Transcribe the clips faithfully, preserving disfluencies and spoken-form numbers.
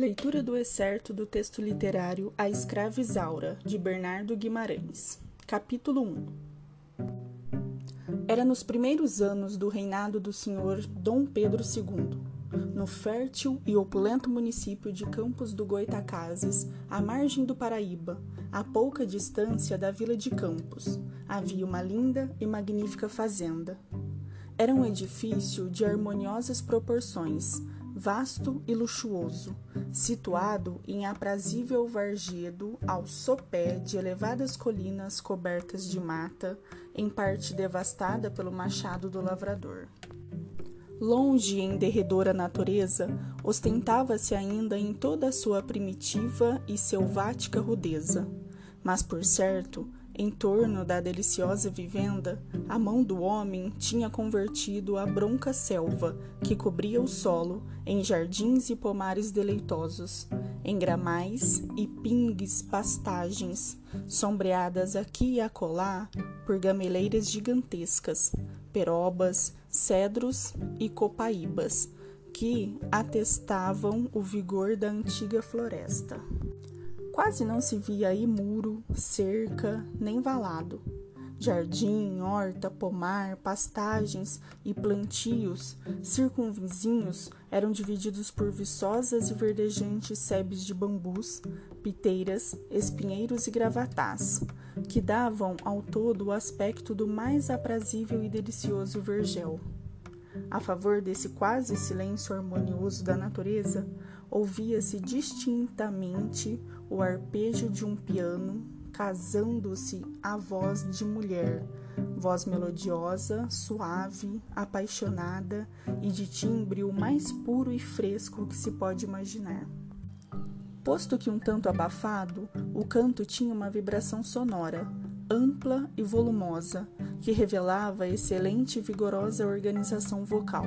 Leitura do excerto do texto literário A Escrava Isaura, de Bernardo Guimarães. Capítulo um. Era nos primeiros anos do reinado do senhor Dom Pedro segundo, no fértil e opulento município de Campos do Goytacazes, à margem do Paraíba, a pouca distância da vila de Campos, havia uma linda e magnífica fazenda. Era um edifício de harmoniosas proporções, vasto e luxuoso, situado em aprazível varjedo ao sopé de elevadas colinas cobertas de mata, em parte devastada pelo machado do lavrador. Longe em derredora natureza, ostentava-se ainda em toda a sua primitiva e selvática rudeza, mas por certo, em torno da deliciosa vivenda, a mão do homem tinha convertido a bronca selva que cobria o solo em jardins e pomares deleitosos, em gramais e pingues pastagens, sombreadas aqui e acolá por gameleiras gigantescas, perobas, cedros e copaíbas, que atestavam o vigor da antiga floresta. Quase não se via aí muro, cerca, nem valado. Jardim, horta, pomar, pastagens e plantios circunvizinhos eram divididos por viçosas e verdejantes sebes de bambus, piteiras, espinheiros e gravatás, que davam ao todo o aspecto do mais aprazível e delicioso vergel. A favor desse quase silêncio harmonioso da natureza, ouvia-se distintamente o arpejo de um piano, casando-se à voz de mulher, voz melodiosa, suave, apaixonada e de timbre o mais puro e fresco que se pode imaginar. Posto que um tanto abafado, o canto tinha uma vibração sonora, ampla e volumosa, que revelava excelente e vigorosa organização vocal.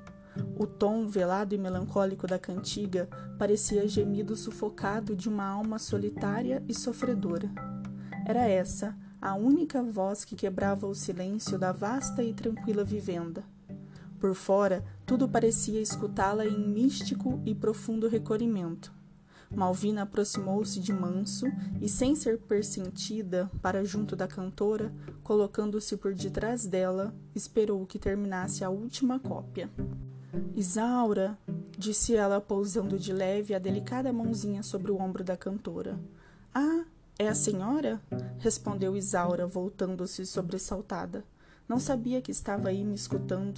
O tom velado e melancólico da cantiga parecia gemido sufocado de uma alma solitária e sofredora. Era essa a única voz que quebrava o silêncio da vasta e tranquila vivenda. Por fora, tudo parecia escutá-la em místico e profundo recolhimento. Malvina aproximou-se de manso e, sem ser persentida, para junto da cantora, colocando-se por detrás dela, esperou que terminasse a última cópia. Isaura, disse ela, pousando de leve a delicada mãozinha sobre o ombro da cantora. Ah, é a senhora? Respondeu Isaura, voltando-se sobressaltada. Não sabia que estava aí me escutando.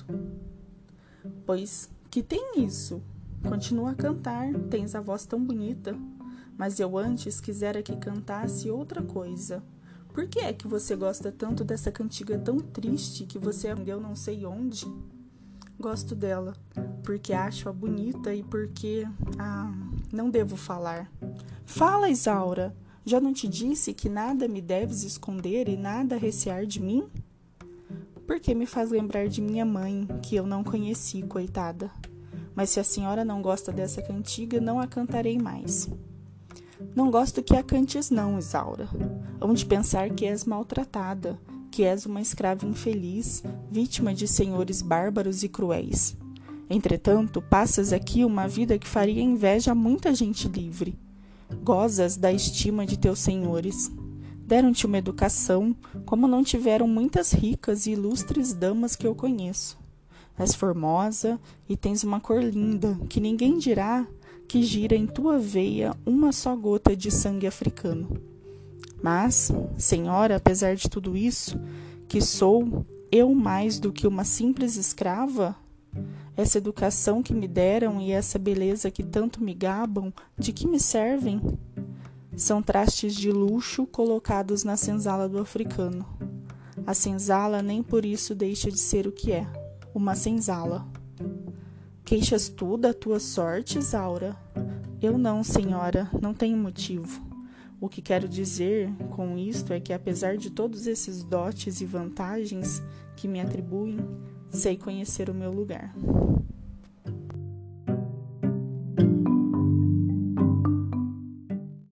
Pois, que tem isso? Continua a cantar, tens a voz tão bonita. Mas eu antes quisera que cantasse outra coisa. Por que é que você gosta tanto dessa cantiga tão triste que você aprendeu não sei onde? Gosto dela, porque acho-a bonita e porque... Ah, não devo falar. Fala, Isaura! Já não te disse que nada me deves esconder e nada recear de mim? Porque me faz lembrar de minha mãe, que eu não conheci, coitada. Mas se a senhora não gosta dessa cantiga, não a cantarei mais. Não gosto que a cantes não, Isaura. Hão de pensar que és maltratada, que és uma escrava infeliz, vítima de senhores bárbaros e cruéis. Entretanto, passas aqui uma vida que faria inveja a muita gente livre. Gozas da estima de teus senhores. Deram-te uma educação, como não tiveram muitas ricas e ilustres damas que eu conheço. És formosa e tens uma cor linda, que ninguém dirá que gira em tua veia uma só gota de sangue africano. Mas, senhora, apesar de tudo isso, que sou eu mais do que uma simples escrava? Essa educação que me deram e essa beleza que tanto me gabam, de que me servem? São trastes de luxo colocados na senzala do africano. A senzala nem por isso deixa de ser o que é, uma senzala. Queixas tu da tua sorte, Isaura? Eu não, senhora, não tenho motivo. O que quero dizer com isto é que, apesar de todos esses dotes e vantagens que me atribuem, sei conhecer o meu lugar.